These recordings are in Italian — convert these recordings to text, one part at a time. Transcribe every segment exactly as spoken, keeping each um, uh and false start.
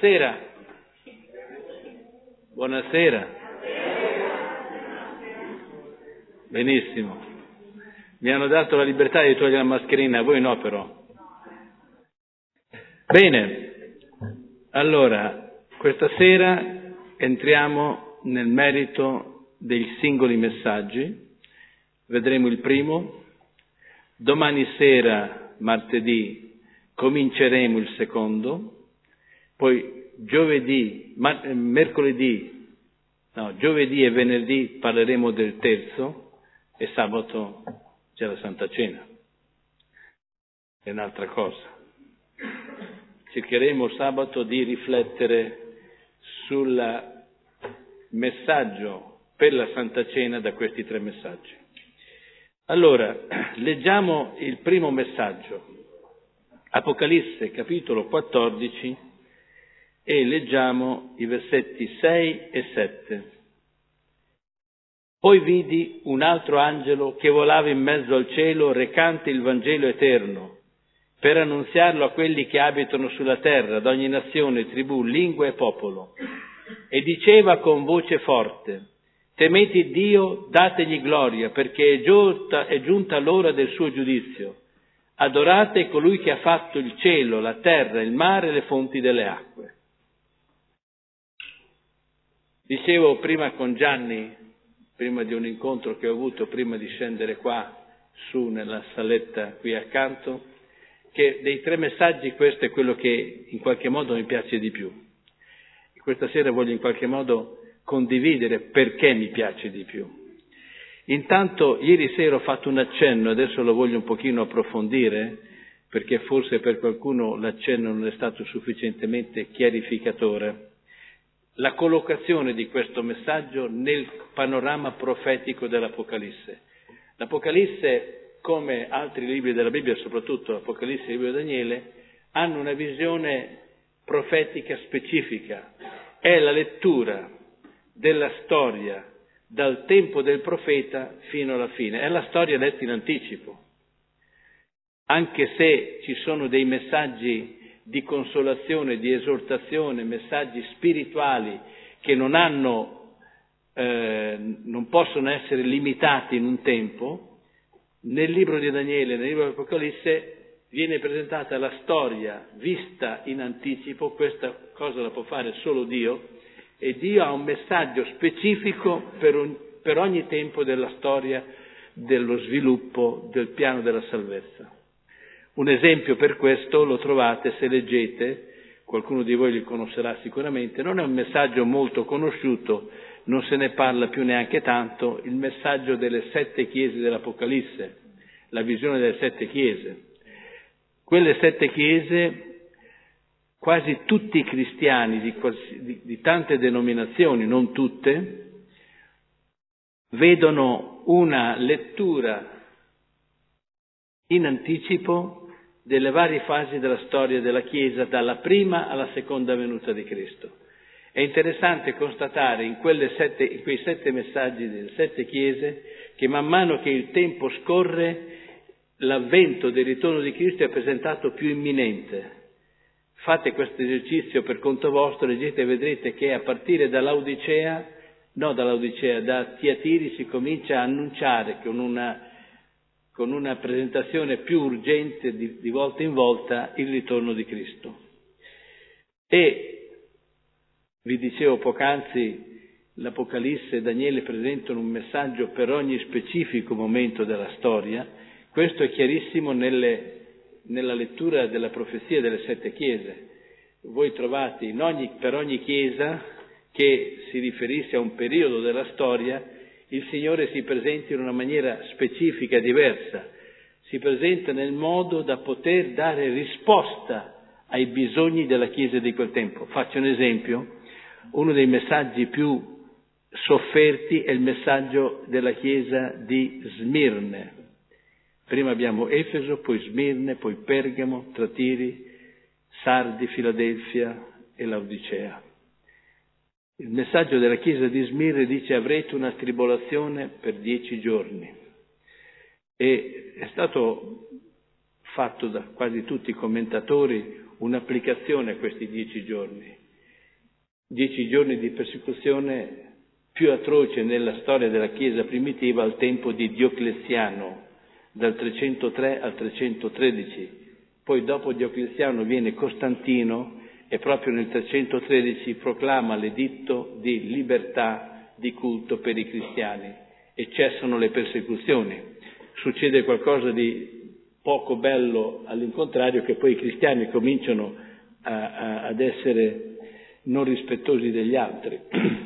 Buonasera. Buonasera. Benissimo. Mi hanno dato la libertà di togliere la mascherina, a voi no però. Bene. Allora, questa sera entriamo nel merito dei singoli messaggi. Vedremo il primo. Domani sera, martedì, cominceremo il secondo. Poi giovedì, ma, mercoledì, no, giovedì e venerdì parleremo del terzo e sabato c'è la Santa Cena. È un'altra cosa. Cercheremo sabato di riflettere sul messaggio per la Santa Cena da questi tre messaggi. Allora, leggiamo il primo messaggio, Apocalisse capitolo quattordici, e leggiamo i versetti sei e sette. Poi vidi un altro angelo che volava in mezzo al cielo, recante il Vangelo eterno, per annunziarlo a quelli che abitano sulla terra, ad ogni nazione, tribù, lingua e popolo. E diceva con voce forte: temete Dio, dategli gloria, perché è giunta, è giunta l'ora del suo giudizio. Adorate colui che ha fatto il cielo, la terra, il mare e le fonti delle acque. Dicevo prima con Gianni, prima di un incontro che ho avuto prima di scendere qua, su nella saletta qui accanto, che dei tre messaggi questo è quello che in qualche modo mi piace di più. E questa sera voglio in qualche modo condividere perché mi piace di più. Intanto ieri sera ho fatto un accenno, adesso lo voglio un pochino approfondire, perché forse per qualcuno l'accenno non è stato sufficientemente chiarificatore. La collocazione di questo messaggio nel panorama profetico dell'Apocalisse. L'Apocalisse, come altri libri della Bibbia, soprattutto l'Apocalisse e il libro di Daniele, hanno una visione profetica specifica. È la lettura della storia dal tempo del profeta fino alla fine. È la storia letta in anticipo. Anche se ci sono dei messaggi di consolazione, di esortazione, messaggi spirituali che non hanno, eh, non possono essere limitati in un tempo, nel libro di Daniele, nel libro dell'Apocalisse viene presentata la storia vista in anticipo. Questa cosa la può fare solo Dio, e Dio ha un messaggio specifico per, un, per ogni tempo della storia, dello sviluppo, del piano della salvezza. Un esempio per questo lo trovate se leggete, qualcuno di voi li conoscerà sicuramente, non è un messaggio molto conosciuto, non se ne parla più neanche tanto, il messaggio delle sette chiese dell'Apocalisse, la visione delle sette chiese. Quelle sette chiese, quasi tutti i cristiani di, di, di tante denominazioni, non tutte, vedono una lettura in anticipo delle varie fasi della storia della Chiesa, dalla prima alla seconda venuta di Cristo. È interessante constatare in, quelle sette, in quei sette messaggi delle sette Chiese che man mano che il tempo scorre l'avvento del ritorno di Cristo è presentato più imminente. Fate questo esercizio per conto vostro, leggete e vedrete che a partire da Laodicea, no da Laodicea, da Tiatiri si comincia a annunciare con una con una presentazione più urgente di, di volta in volta il ritorno di Cristo. E vi dicevo poc'anzi, l'Apocalisse e Daniele presentano un messaggio per ogni specifico momento della storia. Questo è chiarissimo nelle, nella lettura della profezia delle sette chiese. Voi trovate in ogni, per ogni chiesa che si riferisse a un periodo della storia, il Signore si presenta in una maniera specifica, diversa, si presenta nel modo da poter dare risposta ai bisogni della Chiesa di quel tempo. Faccio un esempio, uno dei messaggi più sofferti è il messaggio della Chiesa di Smirne. Prima abbiamo Efeso, poi Smirne, poi Pergamo, Tratiri, Sardi, Filadelfia e Laodicea. Il messaggio della Chiesa di Smirne dice: avrete una tribolazione per dieci giorni. E è stato fatto da quasi tutti i commentatori un'applicazione a questi dieci giorni. dieci giorni di persecuzione più atroce nella storia della Chiesa primitiva al tempo di Diocleziano, dal trecentotré al trecentotredici. Poi dopo Diocleziano viene Costantino e proprio nel trecentotredici proclama l'editto di libertà di culto per i cristiani e cessano le persecuzioni. Succede qualcosa di poco bello all'incontrario, che poi i cristiani cominciano a, a, ad essere non rispettosi degli altri.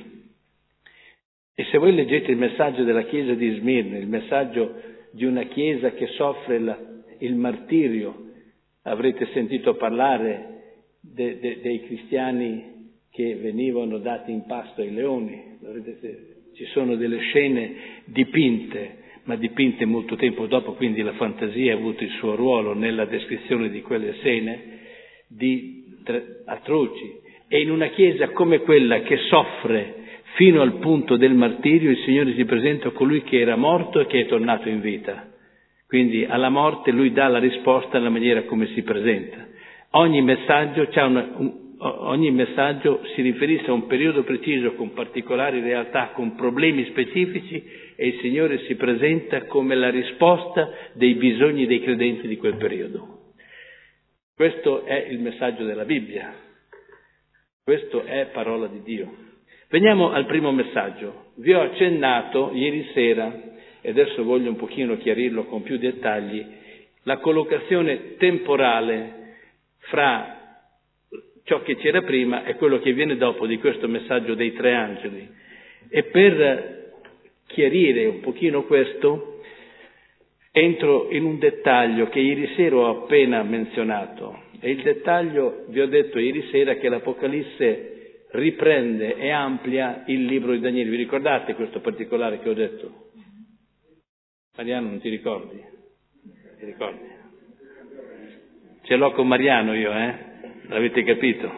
E se voi leggete il messaggio della Chiesa di Smirne, il messaggio di una Chiesa che soffre la, il martirio, avrete sentito parlare de, de, dei cristiani che venivano dati in pasto ai leoni. Ci sono delle scene dipinte, ma dipinte molto tempo dopo, quindi la fantasia ha avuto il suo ruolo nella descrizione di quelle scene di atroci. E in una Chiesa come quella che soffre fino al punto del martirio, il Signore si presenta a colui che era morto e che è tornato in vita. Quindi alla morte Lui dà la risposta nella maniera come si presenta. Ogni messaggio, c'ha una, un, ogni messaggio si riferisce a un periodo preciso, con particolari realtà, con problemi specifici, e il Signore si presenta come la risposta dei bisogni dei credenti di quel periodo. Questo è il messaggio della Bibbia. Questo è parola di Dio. Veniamo al primo messaggio. Vi ho accennato ieri sera, e adesso voglio un pochino chiarirlo con più dettagli, la collocazione temporale fra ciò che c'era prima e quello che viene dopo di questo messaggio dei tre angeli. E per chiarire un pochino questo, entro in un dettaglio che ieri sera ho appena menzionato. E il dettaglio, vi ho detto ieri sera, che l'Apocalisse riprende e amplia il libro di Daniele. Vi ricordate questo particolare che ho detto? Mariano, non ti ricordi? Ti ricordi? Ce l'ho con Mariano io, eh? L'avete capito?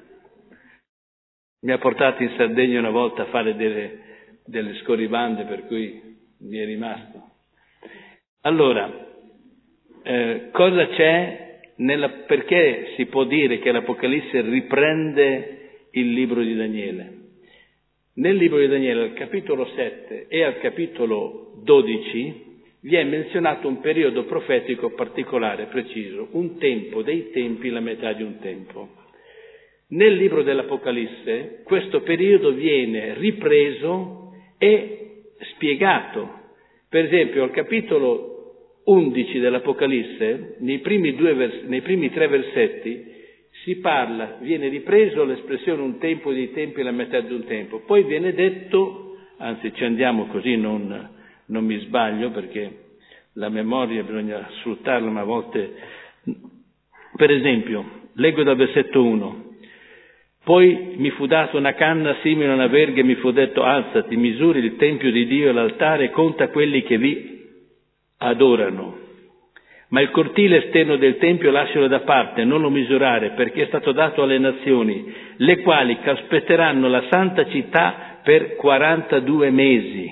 Mi ha portato in Sardegna una volta a fare delle, delle scorribande, per cui mi è rimasto. Allora, eh, cosa c'è nella, perché si può dire che l'Apocalisse riprende il libro di Daniele? Nel libro di Daniele, al capitolo sette e al capitolo dodici, vi è menzionato un periodo profetico particolare, preciso, un tempo dei tempi, la metà di un tempo. Nel libro dell'Apocalisse questo periodo viene ripreso e spiegato. Per esempio, al capitolo undici dell'Apocalisse, nei primi, due vers- nei primi tre versetti, si parla, viene ripreso l'espressione un tempo dei tempi, la metà di un tempo. Poi viene detto, anzi ci andiamo così non... non mi sbaglio, perché la memoria bisogna sfruttarla, ma a volte... Per esempio, leggo dal versetto uno. Poi mi fu data una canna simile a una verga e mi fu detto: alzati, misuri il tempio di Dio e l'altare e conta quelli che vi adorano. Ma il cortile esterno del tempio lascialo da parte, non lo misurare, perché è stato dato alle nazioni, le quali calpesteranno la santa città per quarantadue mesi.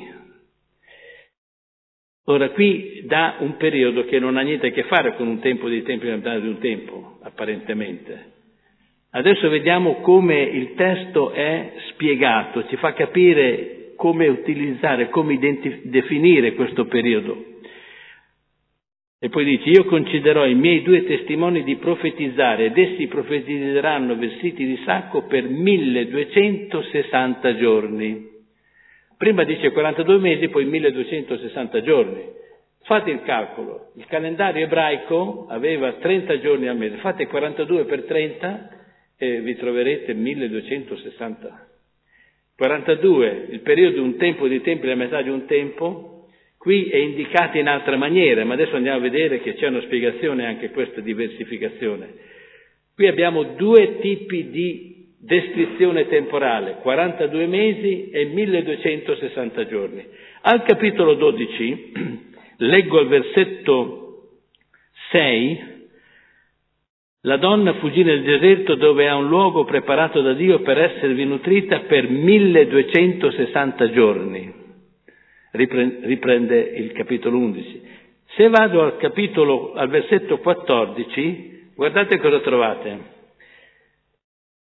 Ora, qui dà un periodo che non ha niente a che fare con un tempo dei tempi e di un tempo, apparentemente. Adesso vediamo come il testo è spiegato, ci fa capire come utilizzare, come identif- definire questo periodo. E poi dice: io concederò ai miei due testimoni di profetizzare, ed essi profetizzeranno vestiti di sacco per milleduecentosessanta giorni. Prima dice quarantadue mesi, poi milleduecentosessanta giorni. Fate il calcolo, il calendario ebraico aveva trenta giorni al mese, fate quarantadue per trenta e vi troverete milleduecentosessanta. quarantadue, il periodo un tempo di tempi, la metà di un tempo, qui è indicato in altra maniera, ma adesso andiamo a vedere che c'è una spiegazione anche questa diversificazione. Qui abbiamo due tipi di descrizione temporale, quarantadue mesi e milleduecentosessanta giorni. Al capitolo dodici, leggo al versetto sei, la donna fuggì nel deserto dove ha un luogo preparato da Dio per esservi nutrita per milleduecentosessanta giorni. Riprende il capitolo undici. Se vado al capitolo, al versetto quattordici, guardate cosa trovate.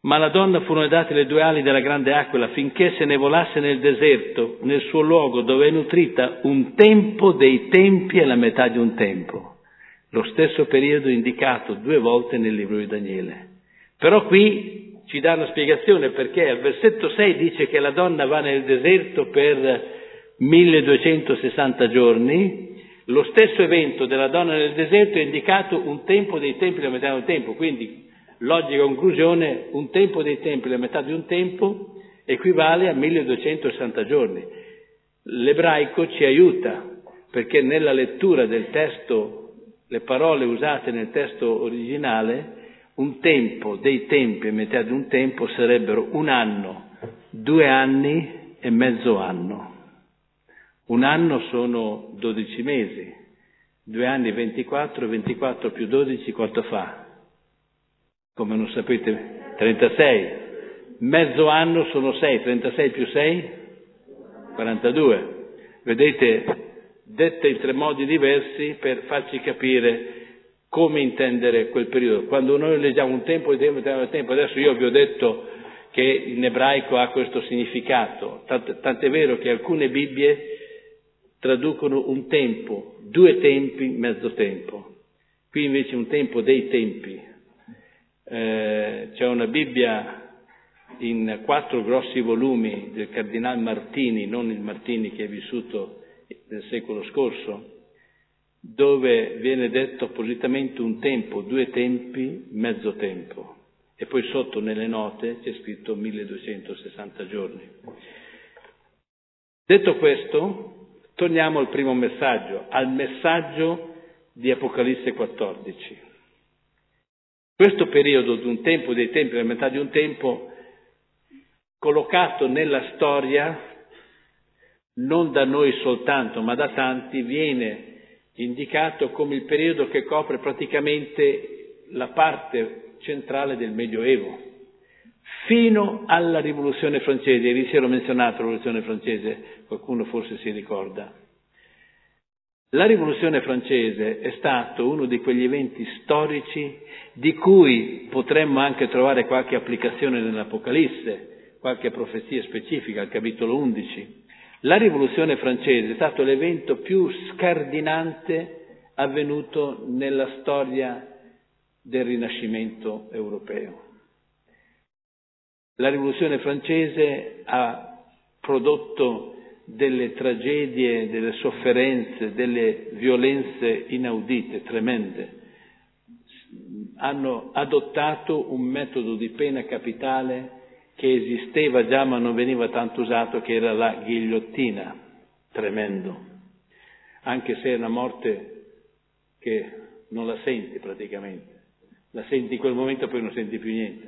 Ma alla donna furono date le due ali della grande aquila finché se ne volasse nel deserto, nel suo luogo dove è nutrita un tempo dei tempi e la metà di un tempo. Lo stesso periodo indicato due volte nel libro di Daniele. Però qui ci dà una spiegazione, perché al versetto sei dice che la donna va nel deserto per milleduecentosessanta giorni, lo stesso evento della donna nel deserto è indicato un tempo dei tempi e la metà di un tempo, quindi logica conclusione, un tempo dei tempi e la metà di un tempo equivale a milleduecentosessanta giorni. L'ebraico ci aiuta, perché nella lettura del testo, le parole usate nel testo originale, un tempo dei tempi e metà di un tempo sarebbero un anno, due anni e mezzo anno. Un anno sono dodici mesi, due anni ventiquattro, ventiquattro più dodici quanto fa? Come non sapete, trentasei. Mezzo anno sono sei, trentasei più sei? quarantadue. Vedete, dette in tre modi diversi per farci capire come intendere quel periodo. Quando noi leggiamo un tempo e tempo, tempo, tempo, adesso io vi ho detto che in ebraico ha questo significato, tant- tant'è vero che alcune Bibbie traducono un tempo, due tempi, mezzo tempo. Qui invece un tempo dei tempi. Eh, c'è una Bibbia in quattro grossi volumi del Cardinal Martini, non il Martini che è vissuto nel secolo scorso, dove viene detto appositamente un tempo, due tempi, mezzo tempo, e poi sotto nelle note c'è scritto milleduecentosessanta giorni. Detto questo, torniamo al primo messaggio, al messaggio di Apocalisse quattordici. Questo periodo di un tempo, dei tempi, la metà di un tempo, collocato nella storia, non da noi soltanto, ma da tanti, viene indicato come il periodo che copre praticamente la parte centrale del Medioevo, fino alla Rivoluzione francese. Ieri sera ho menzionato la Rivoluzione francese, qualcuno forse si ricorda. La Rivoluzione francese è stato uno di quegli eventi storici di cui potremmo anche trovare qualche applicazione nell'Apocalisse, qualche profezia specifica al capitolo undici. La Rivoluzione francese è stato l'evento più scardinante avvenuto nella storia del Rinascimento europeo. La Rivoluzione francese ha prodotto delle tragedie, delle sofferenze, delle violenze inaudite, tremende. Hanno adottato un metodo di pena capitale che esisteva già ma non veniva tanto usato, che era la ghigliottina, tremendo, anche se è una morte che non la senti praticamente, la senti in quel momento, poi non senti più niente.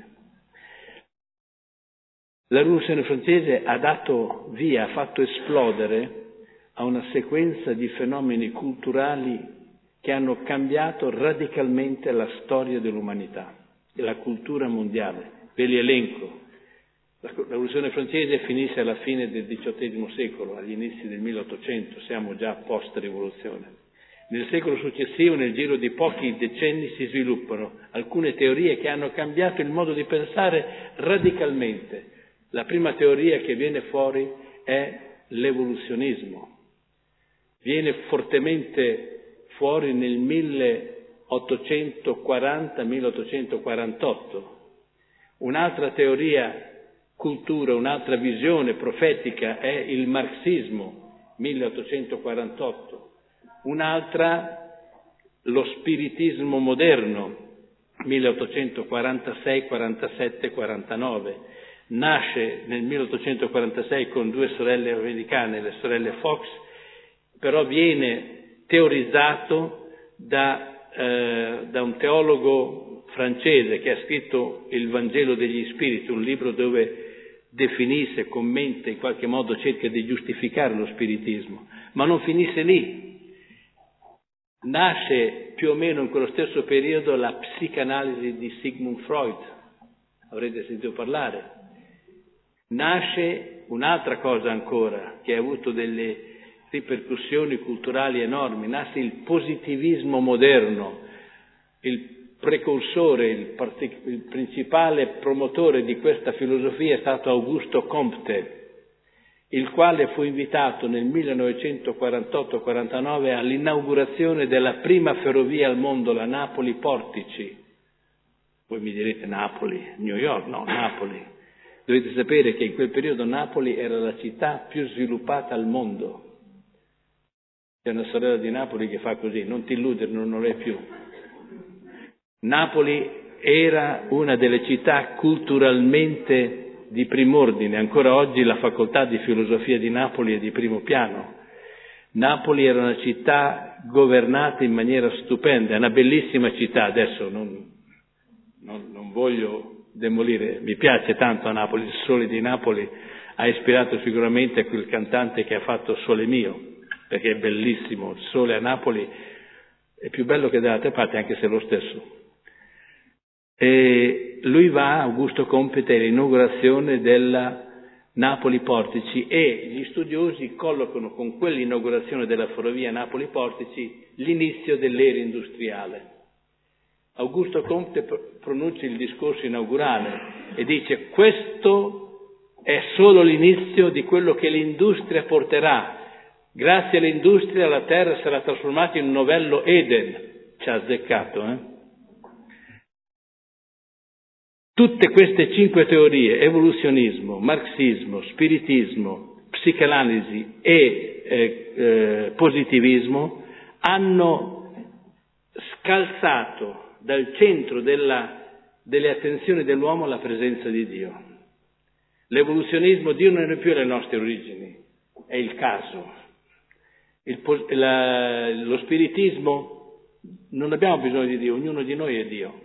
La Rivoluzione francese ha dato via, ha fatto esplodere a una sequenza di fenomeni culturali che hanno cambiato radicalmente la storia dell'umanità e la cultura mondiale. Ve li elenco. La Rivoluzione francese finisce alla fine del diciottesimo secolo, agli inizi del milleottocento, siamo già post-rivoluzione. Nel secolo successivo, nel giro di pochi decenni, si sviluppano alcune teorie che hanno cambiato il modo di pensare radicalmente. La prima teoria che viene fuori è l'evoluzionismo. Viene fortemente fuori nel milleottocentoquaranta milleottocentoquarantotto. Un'altra teoria, cultura, un'altra visione profetica è il marxismo, milleottocentoquarantotto. Un'altra, lo spiritismo moderno, milleottocentoquarantasei quarantasette quarantanove. Nasce nel milleottocentoquarantasei con due sorelle americane, le sorelle Fox, però viene teorizzato da, eh, da un teologo francese che ha scritto il Vangelo degli Spiriti, un libro dove definisce, commenta, in qualche modo cerca di giustificare lo spiritismo. Ma non finisce lì. Nasce più o meno in quello stesso periodo la psicanalisi di Sigmund Freud, avrete sentito parlare. Nasce un'altra cosa ancora, che ha avuto delle ripercussioni culturali enormi, nasce il positivismo moderno. Il precursore, il, partic- il principale promotore di questa filosofia è stato Augusto Comte, il quale fu invitato nel millenovecentoquarantotto quarantanove all'inaugurazione della prima ferrovia al mondo, la Napoli-Portici. Voi mi direte Napoli, New York? No, Napoli. Dovete sapere che in quel periodo Napoli era la città più sviluppata al mondo. C'è una sorella di Napoli che fa così, non ti illudere, non lo è più. Napoli era una delle città culturalmente di prim'ordine, ancora oggi la facoltà di filosofia di Napoli è di primo piano. Napoli era una città governata in maniera stupenda, è una bellissima città, adesso non, non, non voglio demolire, mi piace tanto a Napoli, il sole di Napoli ha ispirato sicuramente quel cantante che ha fatto Sole mio, perché è bellissimo, il sole a Napoli è più bello che da altre parti, anche se è lo stesso. E lui va, Augusto Comte, all'inaugurazione della Napoli-Portici e gli studiosi collocano con quell'inaugurazione della ferrovia Napoli-Portici l'inizio dell'era industriale. Augusto Comte pronuncia il discorso inaugurale e dice: questo è solo l'inizio di quello che l'industria porterà. Grazie all'industria la terra sarà trasformata in un novello Eden. Ci ha azzeccato, eh? Tutte queste cinque teorie, evoluzionismo, marxismo, spiritismo, psicanalisi e eh, eh, positivismo, hanno scalzato dal centro della, delle attenzioni dell'uomo la presenza di Dio. L'evoluzionismo, Dio non è più le nostre origini, è il caso. Il, la, lo spiritismo, non abbiamo bisogno di Dio, ognuno di noi è Dio.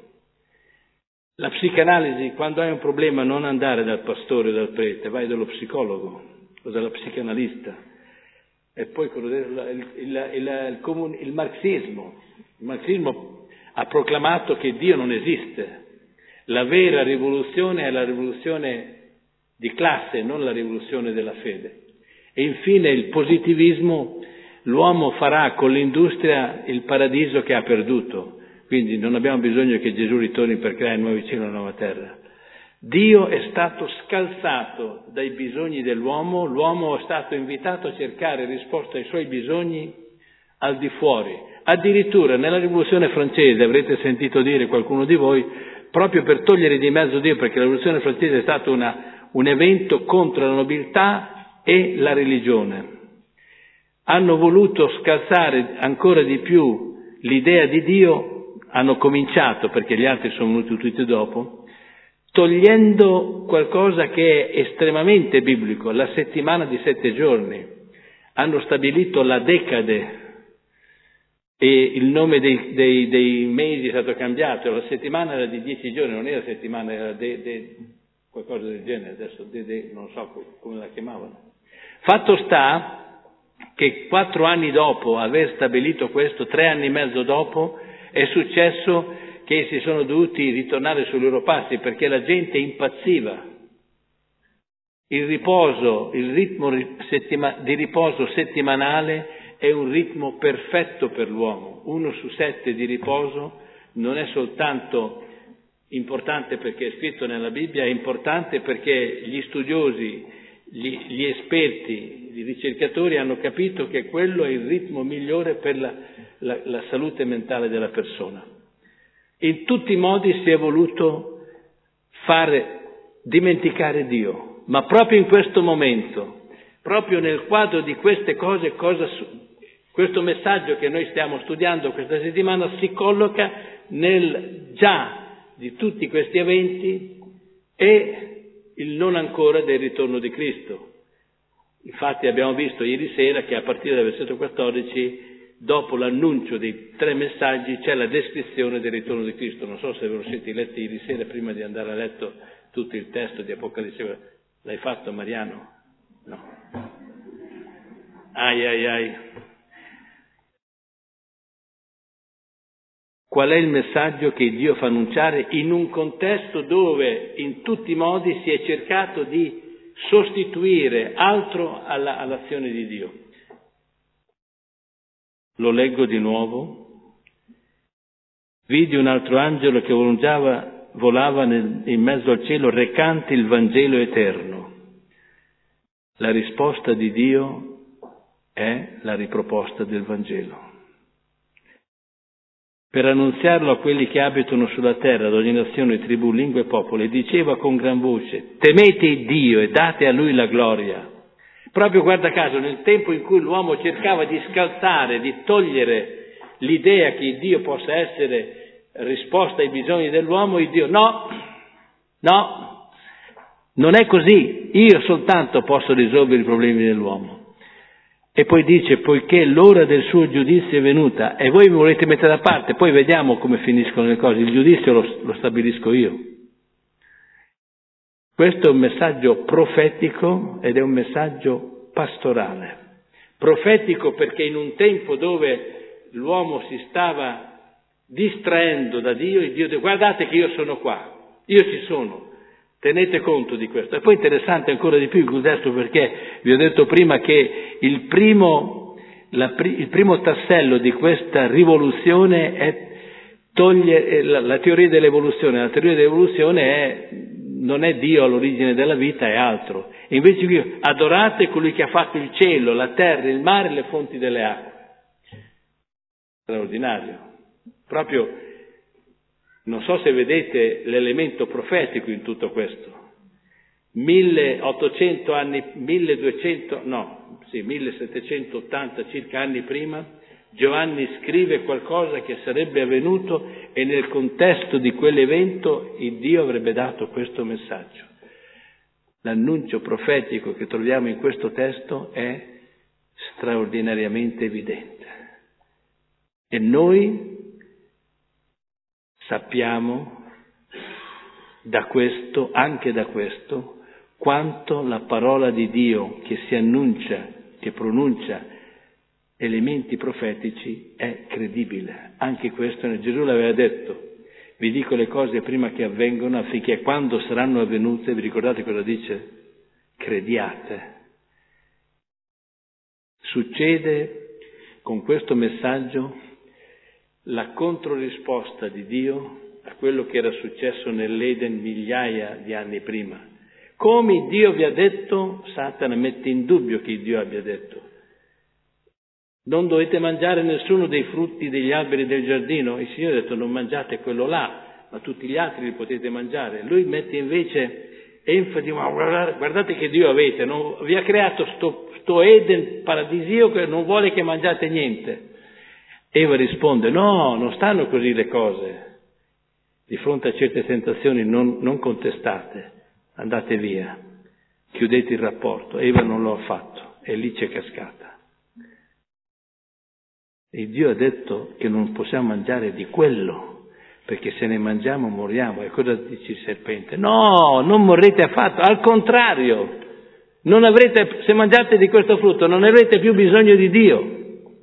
La psicanalisi, quando hai un problema non andare dal pastore o dal prete, vai dallo psicologo o dalla psicanalista. E poi il, il, il, il, comun, il marxismo. Il marxismo ha proclamato che Dio non esiste. La vera rivoluzione è la rivoluzione di classe, non la rivoluzione della fede. E infine il positivismo, l'uomo farà con l'industria il paradiso che ha perduto. Quindi non abbiamo bisogno che Gesù ritorni per creare nuovi cieli e una nuova terra. Dio è stato scalzato dai bisogni dell'uomo, l'uomo è stato invitato a cercare risposte ai suoi bisogni al di fuori. Addirittura nella Rivoluzione francese, avrete sentito dire qualcuno di voi, proprio per togliere di mezzo Dio, perché la Rivoluzione francese è stato una, un evento contro la nobiltà e la religione. Hanno voluto scalzare ancora di più l'idea di Dio. Hanno cominciato, perché gli altri sono venuti tutti dopo, togliendo qualcosa che è estremamente biblico, la settimana di sette giorni. Hanno stabilito la decade e il nome dei, dei, dei mesi è stato cambiato, la settimana era di dieci giorni, non era settimana, era de, de, qualcosa del genere, adesso de, de, non so come la chiamavano. Fatto sta che quattro anni dopo aver stabilito questo, tre anni e mezzo dopo, è successo che si sono dovuti ritornare sui loro passi perché la gente impazziva. Il riposo, il ritmo settima, di riposo settimanale è un ritmo perfetto per l'uomo. Uno su sette di riposo non è soltanto importante perché è scritto nella Bibbia, è importante perché gli studiosi, gli, gli esperti, i ricercatori hanno capito che quello è il ritmo migliore per la, la, la salute mentale della persona. In tutti i modi si è voluto fare dimenticare Dio, ma proprio in questo momento, proprio nel quadro di queste cose, cosa, questo messaggio che noi stiamo studiando questa settimana si colloca nel già di tutti questi eventi e il non ancora del ritorno di Cristo. Infatti abbiamo visto ieri sera che a partire dal versetto quattordici, dopo l'annuncio dei tre messaggi, c'è la descrizione del ritorno di Cristo. Non so se ve lo siete letti ieri sera prima di andare a letto tutto il testo di Apocalisse. L'hai fatto, Mariano? No. Ai ai ai. Qual è il messaggio che Dio fa annunciare in un contesto dove in tutti i modi si è cercato di sostituire altro alla, all'azione di Dio? Lo leggo di nuovo. vidi un altro angelo che volava, volava nel, in mezzo al cielo recante il Vangelo eterno. La risposta di Dio è la riproposta del Vangelo. Per annunziarlo a quelli che abitano sulla terra, ad ogni nazione, tribù, lingua e popolo, e diceva con gran voce: temete Dio e date a Lui la gloria. Proprio, guarda caso, nel tempo in cui l'uomo cercava di scalzare, di togliere l'idea che Dio possa essere risposta ai bisogni dell'uomo, il Dio no, no, non è così, io soltanto posso risolvere i problemi dell'uomo. E poi dice: poiché l'ora del suo giudizio è venuta e voi mi volete mettere da parte, poi vediamo come finiscono le cose, il giudizio lo, lo stabilisco io. Questo è un messaggio profetico ed è un messaggio pastorale. Profetico perché in un tempo dove l'uomo si stava distraendo da Dio, il Dio dice: guardate che io sono qua, io ci sono. Tenete conto di questo. E poi interessante ancora di più il contesto, perché vi ho detto prima che il primo, la, il primo tassello di questa rivoluzione è togliere la, la teoria dell'evoluzione. La teoria dell'evoluzione è, non è Dio all'origine della vita, è altro. E invece qui adorate colui che ha fatto il cielo, la terra, il mare e le fonti delle acque. Straordinario. Proprio. Non so se vedete l'elemento profetico in tutto questo. milleottocento anni, milleduecento, no, sì, millesettecentottanta circa anni prima, Giovanni scrive qualcosa che sarebbe avvenuto e nel contesto di quell'evento il Dio avrebbe dato questo messaggio. L'annuncio profetico che troviamo in questo testo è straordinariamente evidente. E noi sappiamo da questo, anche da questo, quanto la parola di Dio che si annuncia, che pronuncia elementi profetici è credibile. Anche questo Gesù l'aveva detto: vi dico le cose prima che avvengono affinché quando saranno avvenute, vi ricordate cosa dice? Crediate. Succede con questo messaggio la controrisposta di Dio a quello che era successo nell'Eden migliaia di anni prima. Come Dio vi ha detto, Satana mette in dubbio che Dio abbia detto: non dovete mangiare nessuno dei frutti degli alberi del giardino. Il Signore ha detto: non mangiate quello là, ma tutti gli altri li potete mangiare. Lui mette invece enfasi: ma guardate, guardate che Dio avete, non, vi ha creato sto, sto Eden paradisiaco che non vuole che mangiate niente. Eva risponde: no, non stanno così le cose. Di fronte a certe tentazioni non, non contestate, andate via, chiudete il rapporto. Eva non lo ha fatto e lì c'è cascata. E Dio ha detto che non possiamo mangiare di quello, perché se ne mangiamo moriamo. E cosa dice il serpente? No, non morrete affatto, al contrario, non avrete, se mangiate di questo frutto non avrete più bisogno di Dio.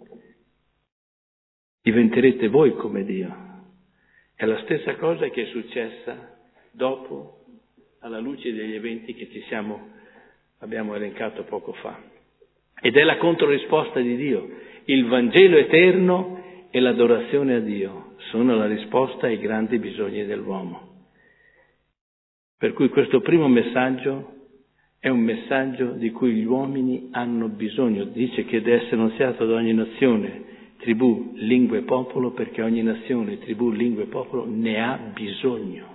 Diventerete voi come Dio. È la stessa cosa che è successa dopo, alla luce degli eventi che ci siamo, abbiamo elencato poco fa. Ed è la controrisposta di Dio. Il Vangelo eterno e l'adorazione a Dio sono la risposta ai grandi bisogni dell'uomo. Per cui questo primo messaggio è un messaggio di cui gli uomini hanno bisogno. Dice che deve essere annunziato ad ogni nazione, tribù, lingua e popolo, perché ogni nazione, tribù, lingua e popolo ne ha bisogno.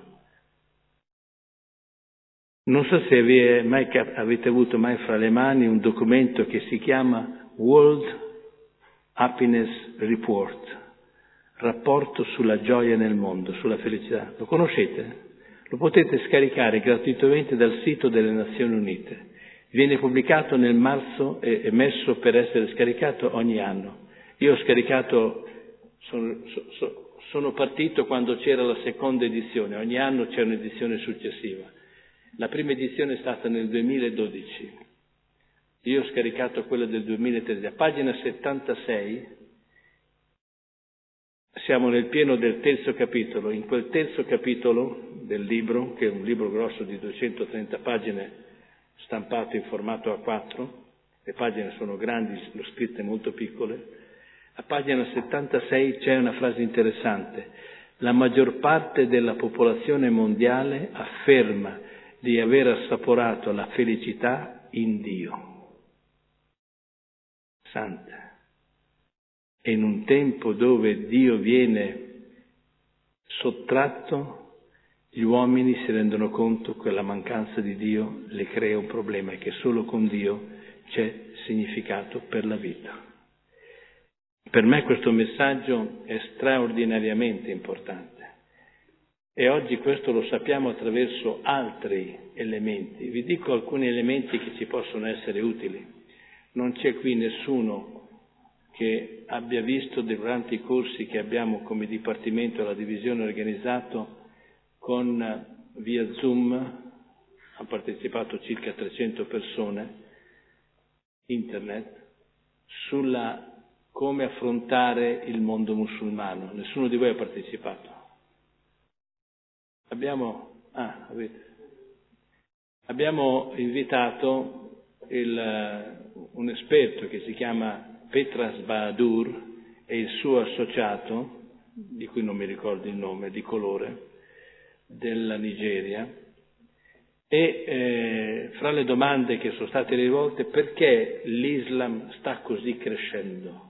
Non so se avete mai, avete avuto mai fra le mani un documento che si chiama World Happiness Report, rapporto sulla gioia nel mondo, sulla felicità. Lo conoscete? Lo potete scaricare gratuitamente dal sito delle Nazioni Unite. Viene pubblicato nel marzo e messo per essere scaricato ogni anno. Io ho scaricato, sono, so, sono partito quando c'era la seconda edizione, ogni anno c'è un'edizione successiva. La prima edizione è stata nel duemiladodici, io ho scaricato quella del duemilatredici. A pagina settantasei siamo nel pieno del terzo capitolo. In quel terzo capitolo del libro, che è un libro grosso di duecentotrenta pagine, stampato in formato A quattro, le pagine sono grandi, sono scritte molto piccole. A pagina settantasei c'è una frase interessante: la maggior parte della popolazione mondiale afferma di aver assaporato la felicità in Dio. Santa. E in un tempo dove Dio viene sottratto, gli uomini si rendono conto che la mancanza di Dio le crea un problema e che solo con Dio c'è significato per la vita. Per me questo messaggio è straordinariamente importante e oggi questo lo sappiamo attraverso altri elementi. Vi dico alcuni elementi che ci possono essere utili. Non c'è qui nessuno che abbia visto durante i corsi che abbiamo come Dipartimento e la Divisione organizzato con via Zoom, hanno partecipato circa trecento persone, internet, sulla come affrontare il mondo musulmano. Nessuno di voi ha partecipato. Abbiamo, ah, avete, abbiamo invitato il, un esperto che si chiama Petras Bahadur e il suo associato, di cui non mi ricordo il nome, di colore, della Nigeria, e eh, fra le domande che sono state rivolte, perché l'Islam sta così crescendo?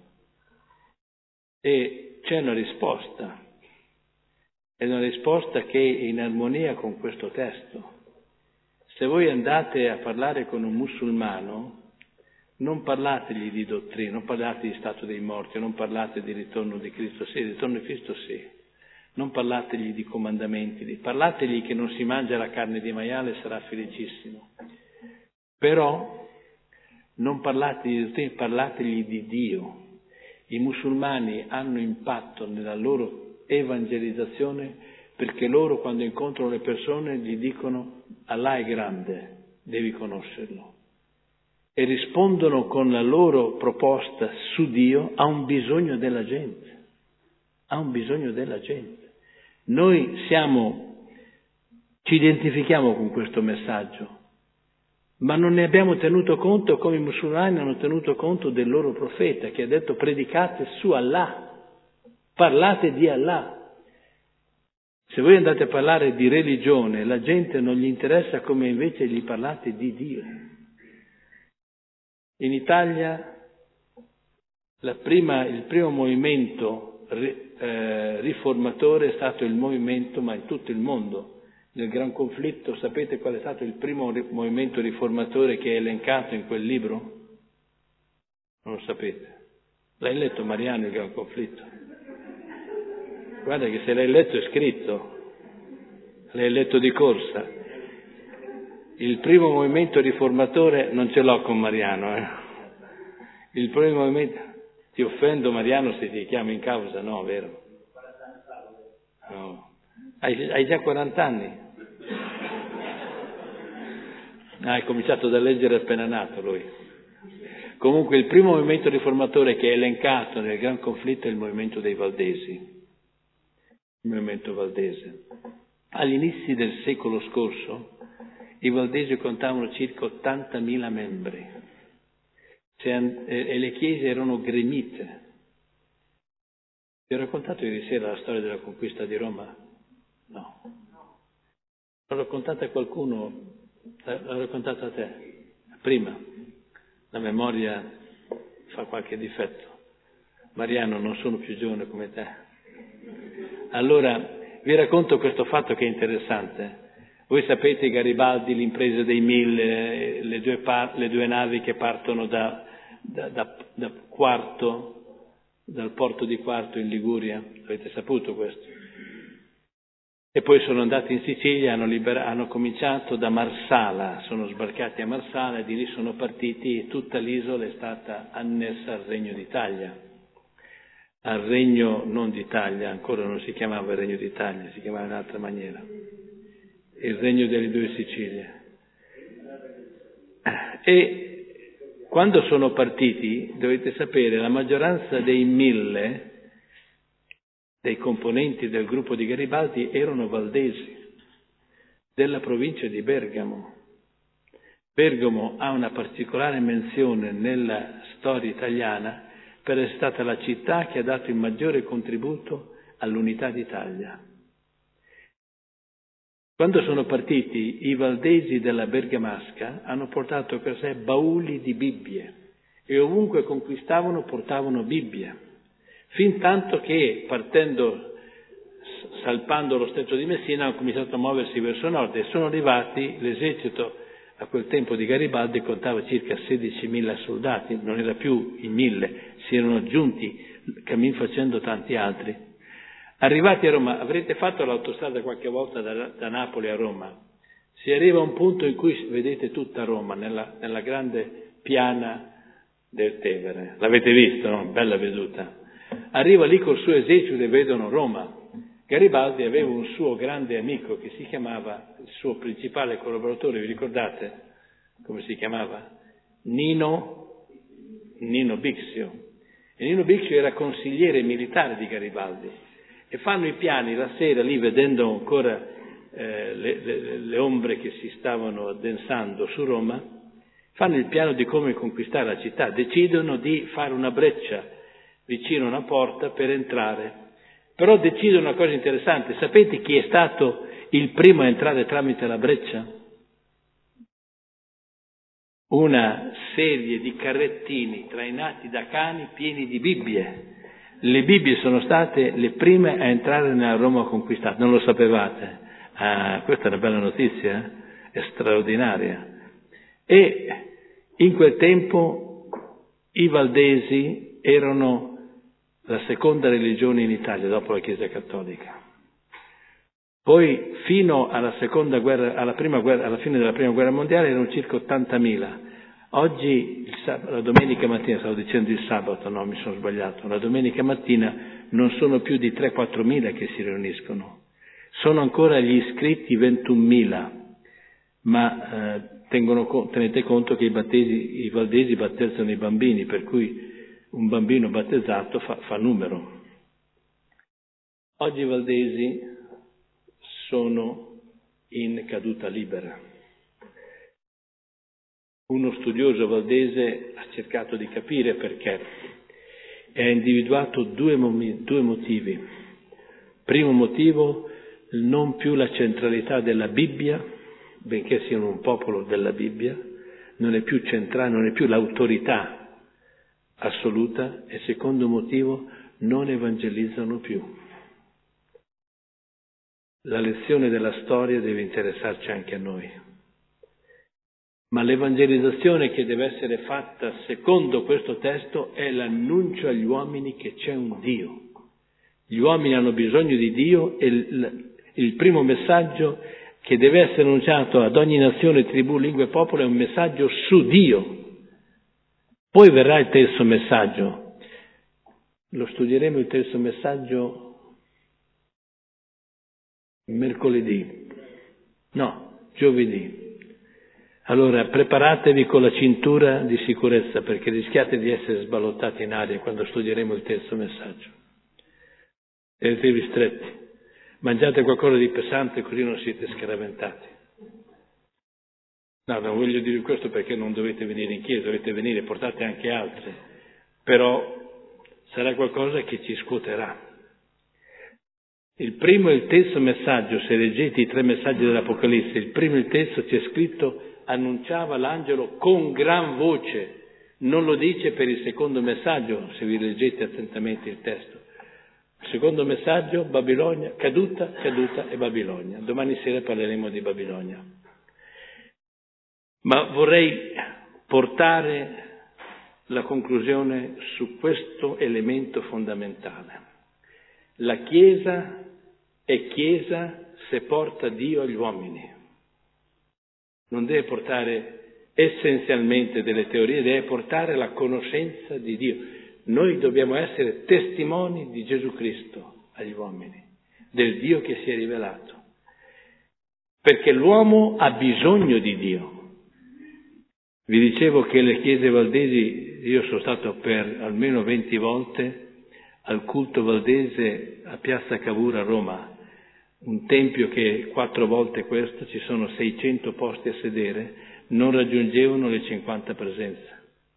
E c'è una risposta, è una risposta che è in armonia con questo testo. Se voi andate a parlare con un musulmano, non parlategli di dottrina, non parlate di stato dei morti, non parlate di ritorno di Cristo, sì, ritorno di Cristo sì, non parlategli di comandamenti, parlategli che non si mangia la carne di maiale, sarà felicissimo. Però non parlate di dottrina, parlategli di Dio. I musulmani hanno impatto nella loro evangelizzazione perché loro quando incontrano le persone gli dicono Allah è grande, devi conoscerlo. E rispondono con la loro proposta su Dio a un bisogno della gente, a un bisogno della gente. Noi siamo, ci identifichiamo con questo messaggio, ma non ne abbiamo tenuto conto come i musulmani hanno tenuto conto del loro profeta che ha detto predicate su Allah, parlate di Allah. Se voi andate a parlare di religione, la gente non gli interessa come invece gli parlate di Dio. In Italia la prima, il primo movimento eh, riformatore è stato il movimento, ma in tutto il mondo, nel Gran Conflitto, sapete qual è stato il primo movimento riformatore che è elencato in quel libro? Non lo sapete. L'hai letto Mariano, il Gran Conflitto? Guarda che se l'hai letto è scritto, l'hai letto di corsa. Il primo movimento riformatore, non ce l'ho con Mariano, eh. Il primo movimento, ti offendo Mariano se ti chiamo in causa, no, vero? No. Hai, hai già quaranta anni? Ah, hai cominciato da leggere appena nato lui. Comunque il primo movimento riformatore che è elencato nel Gran Conflitto è il movimento dei Valdesi, il movimento valdese. Agli inizi del secolo scorso i Valdesi contavano circa ottantamila membri e le chiese erano gremite. Vi ho raccontato ieri sera la storia della conquista di Roma? No. L'ho raccontata a qualcuno, l'ho raccontata a te, prima. La memoria fa qualche difetto. Mariano, non sono più giovane come te. Allora, vi racconto questo fatto che è interessante. Voi sapete Garibaldi, l'impresa dei mille, le due, par- le due navi che partono da, da, da, da Quarto, dal porto di Quarto in Liguria, avete saputo questo? E poi sono andati in Sicilia, hanno, libera- hanno cominciato da Marsala, sono sbarcati a Marsala e di lì sono partiti e tutta l'isola è stata annessa al Regno d'Italia. Al Regno non d'Italia, ancora non si chiamava il Regno d'Italia, si chiamava in un'altra maniera. Il Regno delle due Sicilie. E quando sono partiti, dovete sapere, la maggioranza dei mille, dei componenti del gruppo di Garibaldi, erano valdesi, della provincia di Bergamo. Bergamo ha una particolare menzione nella storia italiana per essere stata la città che ha dato il maggiore contributo all'Unità d'Italia. Quando sono partiti, i valdesi della Bergamasca hanno portato con sé bauli di Bibbie e ovunque conquistavano portavano Bibbie, fin tanto che partendo, salpando lo stretto di Messina, hanno cominciato a muoversi verso nord e sono arrivati, l'esercito a quel tempo di Garibaldi contava circa sedicimila soldati, non era più in mille, si erano aggiunti cammin facendo tanti altri. Arrivati a Roma, avrete fatto l'autostrada qualche volta da, da Napoli a Roma, si arriva a un punto in cui vedete tutta Roma, nella, nella grande piana del Tevere, l'avete visto, no? Bella veduta. Arriva lì col suo esercito e vedono Roma. Garibaldi aveva un suo grande amico che si chiamava, il suo principale collaboratore, vi ricordate come si chiamava? Nino, Nino Bixio. E Nino Bixio era consigliere militare di Garibaldi. E fanno i piani la sera lì, vedendo ancora eh, le, le, le ombre che si stavano addensando su Roma, fanno il piano di come conquistare la città. Decidono di fare una breccia vicino a una porta per entrare. Però decidono una cosa interessante. Sapete chi è stato il primo a entrare tramite la breccia? Una serie di carrettini trainati da cani pieni di Bibbie. Le Bibbie sono state le prime a entrare nella Roma conquistata, non lo sapevate? Ah, questa è una bella notizia, eh? È straordinaria. E in quel tempo i valdesi erano la seconda religione in Italia dopo la Chiesa Cattolica. Poi fino alla seconda guerra, alla prima guerra, alla fine della prima guerra mondiale erano circa ottantamila. Oggi, il sab- la domenica mattina, stavo dicendo il sabato, no, mi sono sbagliato, la domenica mattina non sono più di tre quattro mila che si riuniscono. Sono ancora gli iscritti ventunomila, ma eh, tengono, tenete conto che i, battesi, i valdesi battezzano i bambini, per cui un bambino battezzato fa, fa numero. Oggi i valdesi sono in caduta libera. Uno studioso valdese ha cercato di capire perché e ha individuato due, mom- due motivi. Primo motivo, non più la centralità della Bibbia, benché siano un popolo della Bibbia, non è più centrale, non è più l'autorità assoluta. E secondo motivo, non evangelizzano più. La lezione della storia deve interessarci anche a noi. Ma l'evangelizzazione che deve essere fatta secondo questo testo è l'annuncio agli uomini che c'è un Dio. Gli uomini hanno bisogno di Dio e il, il primo messaggio che deve essere annunciato ad ogni nazione, tribù, lingua e popolo è un messaggio su Dio. Poi verrà il terzo messaggio. Lo studieremo il terzo messaggio mercoledì. No, giovedì. Allora preparatevi con la cintura di sicurezza perché rischiate di essere sballottati in aria quando studieremo il terzo messaggio. Tenetevi stretti, mangiate qualcosa di pesante così non siete scaraventati. No, non voglio dire questo perché non dovete venire in chiesa, dovete venire, portate anche altri, però sarà qualcosa che ci scuoterà. Il primo e il terzo messaggio, se leggete i tre messaggi dell'Apocalisse, il primo e il terzo c'è scritto annunciava l'angelo con gran voce, non lo dice per il secondo messaggio, se vi leggete attentamente il testo. Il secondo messaggio, Babilonia, caduta, caduta e Babilonia. Domani sera parleremo di Babilonia. Ma vorrei portare la conclusione su questo elemento fondamentale. La Chiesa è Chiesa se porta Dio agli uomini. Non deve portare essenzialmente delle teorie, deve portare la conoscenza di Dio. Noi dobbiamo essere testimoni di Gesù Cristo agli uomini, del Dio che si è rivelato. Perché l'uomo ha bisogno di Dio. Vi dicevo che le chiese valdesi, io sono stato per almeno venti volte al culto valdese a Piazza Cavour a Roma, un tempio che quattro volte questo, ci sono seicento posti a sedere, non raggiungevano le cinquanta presenze.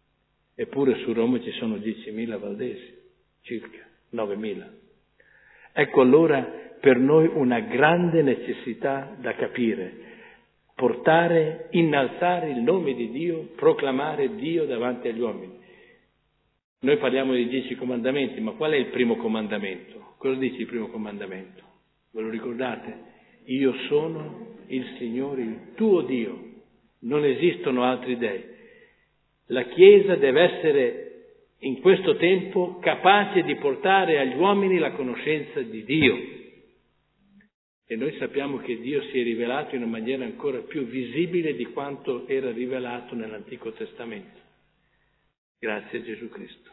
Eppure su Roma ci sono diecimila valdesi, circa novemila. Ecco allora per noi una grande necessità da capire, portare, innalzare il nome di Dio, proclamare Dio davanti agli uomini. Noi parliamo dei dieci comandamenti, ma qual è il primo comandamento? Cosa dice il primo comandamento? Ve lo ricordate? Io sono il Signore, il tuo Dio, non esistono altri dei. La Chiesa deve essere in questo tempo capace di portare agli uomini la conoscenza di Dio. E noi sappiamo che Dio si è rivelato in una maniera ancora più visibile di quanto era rivelato nell'Antico Testamento. Grazie a Gesù Cristo.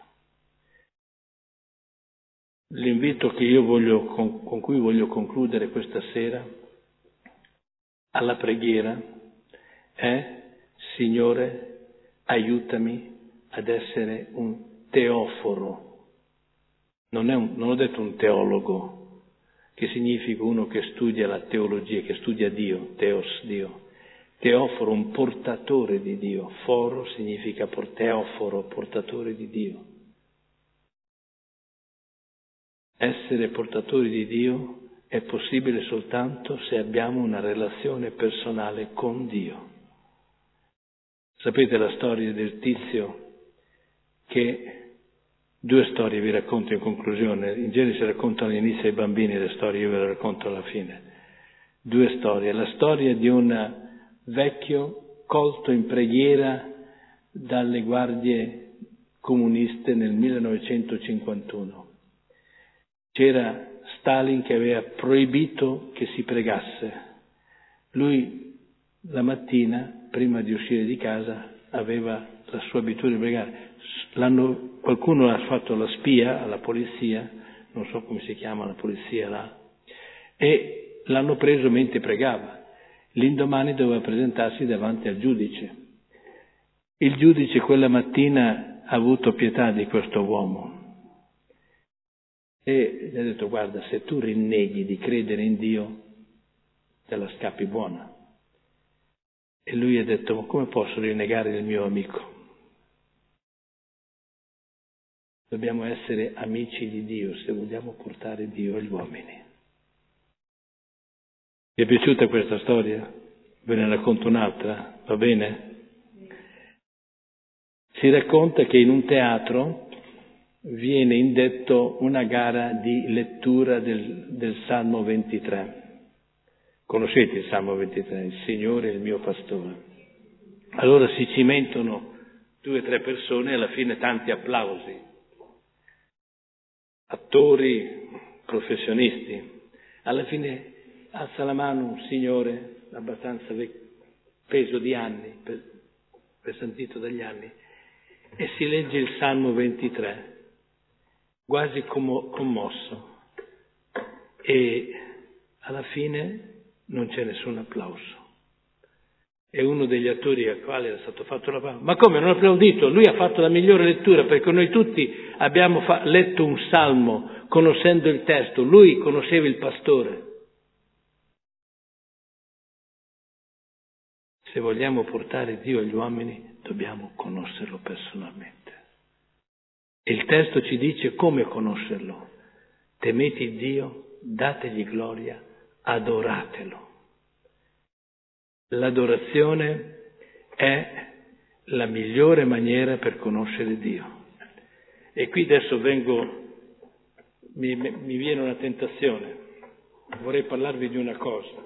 L'invito che io voglio, con, con cui voglio concludere questa sera alla preghiera è: Signore, aiutami ad essere un teoforo. Non, è un, non ho detto un teologo, che significa uno che studia la teologia, che studia Dio, teos, Dio. Teoforo, un portatore di Dio. Foro significa teoforo, portatore di Dio. Essere portatori di Dio è possibile soltanto se abbiamo una relazione personale con Dio. Sapete la storia del tizio che... Due storie vi racconto in conclusione. In genere si raccontano all'inizio ai bambini le storie, io ve le racconto alla fine. Due storie. La storia di un vecchio colto in preghiera dalle guardie comuniste nel millenovecentocinquantuno. C'era Stalin che aveva proibito che si pregasse. Lui la mattina, prima di uscire di casa, aveva la sua abitudine di pregare. L'hanno, qualcuno ha fatto la spia alla polizia, non so come si chiama la polizia là, e l'hanno preso mentre pregava. L'indomani doveva presentarsi davanti al giudice. Il giudice quella mattina ha avuto pietà di questo uomo e gli ha detto: guarda, se tu rinneghi di credere in Dio, te la scappi buona. E lui ha detto: ma come posso rinnegare il mio amico? Dobbiamo essere amici di Dio se vogliamo portare Dio agli uomini. Vi è piaciuta questa storia? Ve ne racconto un'altra, va bene? Si racconta che in un teatro viene indetto una gara di lettura del, del Salmo ventitré. Conoscete il Salmo ventitré? Il Signore è il mio pastore. Allora si cimentano due o tre persone e alla fine tanti applausi. Attori, professionisti. Alla fine alza la mano un signore abbastanza vecchio, peso di anni, pesantito dagli anni, e si legge il Salmo ventitré, quasi commo- commosso. E alla fine non c'è nessun applauso. E uno degli attori al quale era stato fatto l'applauso: ma come, non ha applaudito? Lui ha fatto la migliore lettura, perché noi tutti abbiamo fa- letto un salmo conoscendo il testo, lui conosceva il pastore. Se vogliamo portare Dio agli uomini, dobbiamo conoscerlo personalmente. E il testo ci dice come conoscerlo. Temete Dio, dategli gloria, adoratelo. L'adorazione è la migliore maniera per conoscere Dio. E qui adesso vengo, mi, mi viene una tentazione. Vorrei parlarvi di una cosa.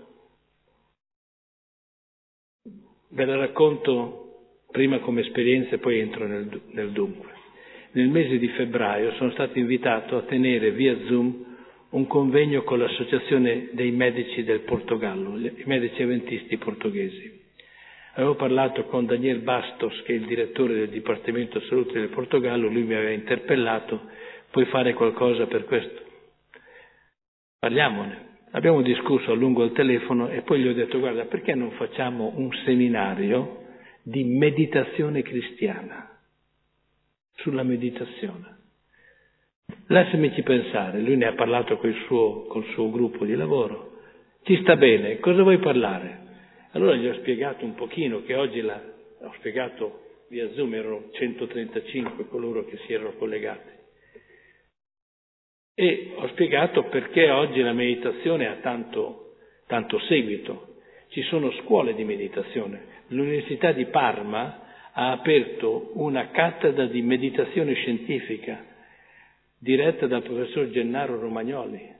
Ve la racconto prima come esperienza e poi entro nel, nel dunque. Nel mese di febbraio sono stato invitato a tenere via Zoom un convegno con l'Associazione dei Medici del Portogallo, i medici avventisti portoghesi. Avevo parlato con Daniel Bastos, che è il direttore del Dipartimento Salute del Portogallo, lui mi aveva interpellato: puoi fare qualcosa per questo? Parliamone. Abbiamo discusso a lungo al telefono e poi gli ho detto: guarda, perché non facciamo un seminario di meditazione cristiana, sulla meditazione? Lasciamici pensare. Lui ne ha parlato col suo, col suo gruppo di lavoro. Ti sta bene? Cosa vuoi parlare? Allora gli ho spiegato un pochino che oggi la, ho spiegato via Zoom, erano centotrentacinque coloro che si erano collegati. E ho spiegato perché oggi la meditazione ha tanto, tanto seguito. Ci sono scuole di meditazione. L'Università di Parma ha aperto una cattedra di meditazione scientifica diretta dal professor Gennaro Romagnoli.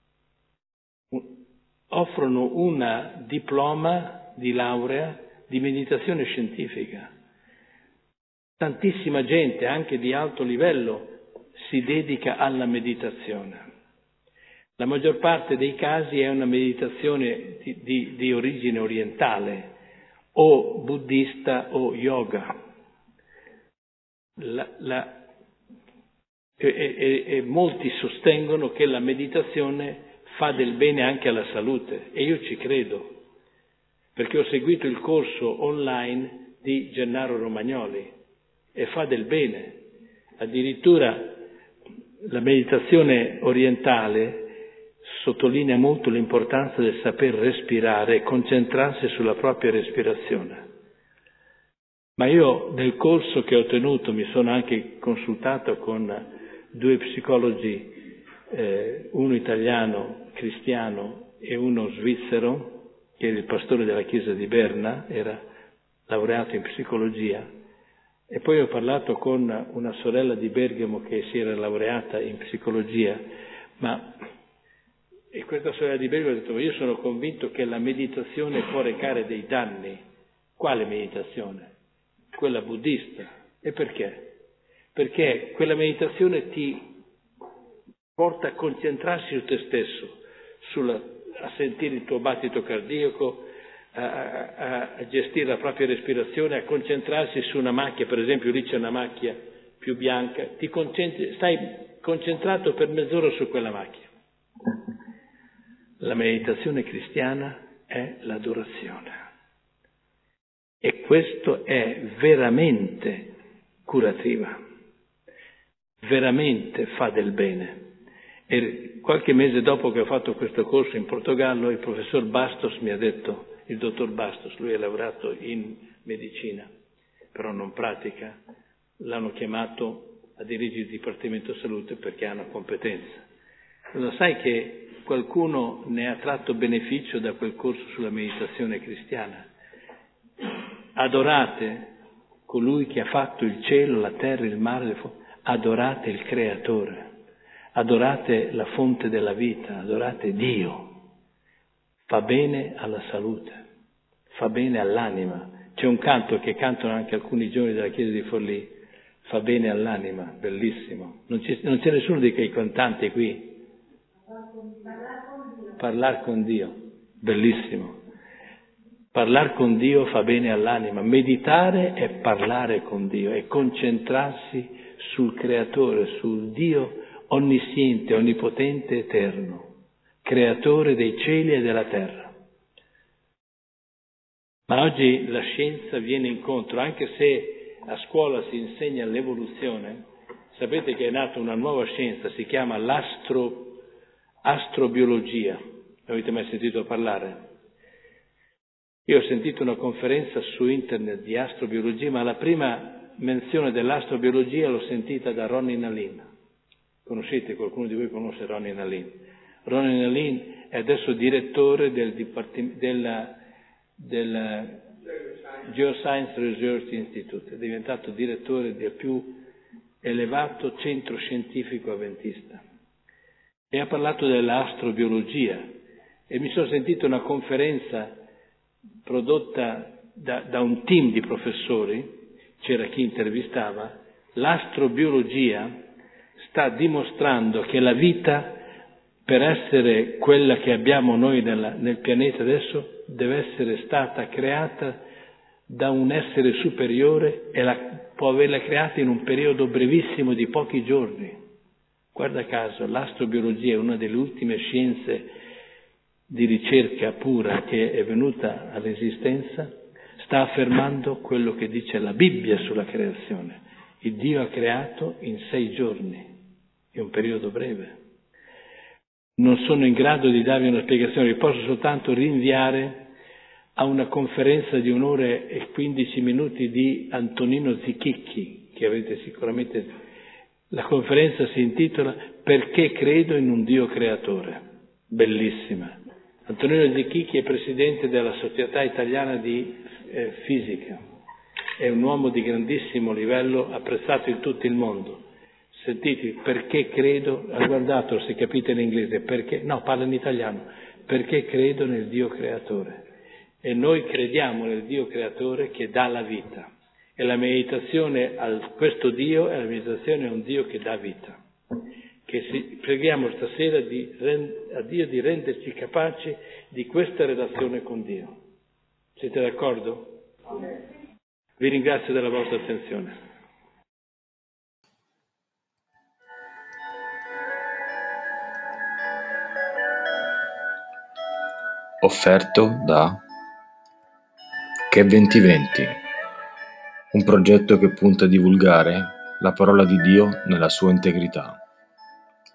Offrono una diploma di laurea di meditazione scientifica. Tantissima gente, anche di alto livello, si dedica alla meditazione. La maggior parte dei casi è una meditazione di, di, di origine orientale, o buddista o yoga. La, la, e, e, e molti sostengono che la meditazione fa del bene anche alla salute, e io ci credo, perché ho seguito il corso online di Gennaro Romagnoli e fa del bene. Addirittura la meditazione orientale sottolinea molto l'importanza del saper respirare e concentrarsi sulla propria respirazione. Ma io nel corso che ho tenuto mi sono anche consultato con due psicologi, eh, uno italiano cristiano e uno svizzero, che era il pastore della chiesa di Berna, era laureato in psicologia, e poi ho parlato con una sorella di Bergamo che si era laureata in psicologia, ma e questa sorella di Bergamo ha detto: io sono convinto che la meditazione può recare dei danni. Quale meditazione? Quella buddista. E perché? Perché quella meditazione ti porta a concentrarsi su te stesso, sulla, a sentire il tuo battito cardiaco, a, a, a gestire la propria respirazione, a concentrarsi su una macchia. Per esempio lì c'è una macchia più bianca, ti concentri, stai concentrato per mezz'ora su quella macchia. La meditazione cristiana è l'adorazione, e questo è veramente curativa, veramente fa del bene. E qualche mese dopo che ho fatto questo corso in Portogallo, il professor Bastos mi ha detto, il dottor Bastos, lui è laureato in medicina, però non pratica, l'hanno chiamato a dirigere il Dipartimento Salute perché ha una competenza. Lo sai che qualcuno ne ha tratto beneficio da quel corso sulla meditazione cristiana? Adorate colui che ha fatto il cielo, la terra, il mare, le fo- adorate il Creatore, adorate la fonte della vita, adorate Dio. Fa bene alla salute, fa bene all'anima. C'è un canto che cantano anche alcuni giovani della chiesa di Forlì, fa bene all'anima, bellissimo. Non c'è, non c'è nessuno di quei cantanti qui. Parlar con Dio, bellissimo. Parlar con Dio fa bene all'anima. Meditare è parlare con Dio, è concentrarsi sul Creatore, sul Dio onnisciente, onnipotente, eterno, creatore dei cieli e della terra. Ma oggi la scienza viene incontro, anche se a scuola si insegna l'evoluzione. Sapete che è nata una nuova scienza, si chiama l'astro, astrobiologia. Avete mai sentito parlare? Io ho sentito una conferenza su internet di astrobiologia, ma la prima menzione dell'astrobiologia l'ho sentita da Ronnie Nalin. Conoscete, qualcuno di voi conosce Ronnie Nalin? Ronnie Nalin è adesso direttore del Dipartimento della, della Geoscience Research Institute, è diventato direttore del più elevato centro scientifico avventista. E ha parlato dell'astrobiologia, e mi sono sentito una conferenza prodotta da, da un team di professori, c'era chi intervistava. L'astrobiologia sta dimostrando che la vita, per essere quella che abbiamo noi nella, nel pianeta adesso, deve essere stata creata da un essere superiore e la, può averla creata in un periodo brevissimo di pochi giorni. Guarda caso, l'astrobiologia è una delle ultime scienze di ricerca pura che è venuta all'esistenza, sta affermando quello che dice la Bibbia sulla creazione. Il Dio ha creato in sei giorni, è un periodo breve. Non sono in grado di darvi una spiegazione, vi posso soltanto rinviare a una conferenza di un'ora e quindici minuti di Antonino Zichicchi, che avete sicuramente La conferenza si intitola Perché credo in un Dio creatore. Bellissima. Antonino Zichichi è presidente della Società Italiana di eh, Fisica. È un uomo di grandissimo livello, apprezzato in tutto il mondo. Sentite, perché credo, ha guardato se capite l'inglese, perché, no, parla in italiano, perché credo nel Dio creatore. E noi crediamo nel Dio creatore che dà la vita. E la meditazione a questo Dio, e la meditazione a un Dio che dà vita. Che si, preghiamo stasera di, a Dio di renderci capaci di questa relazione con Dio. Siete d'accordo? Vi ringrazio della vostra attenzione. Offerto da Che venti venti, un progetto che punta a divulgare la parola di Dio nella sua integrità.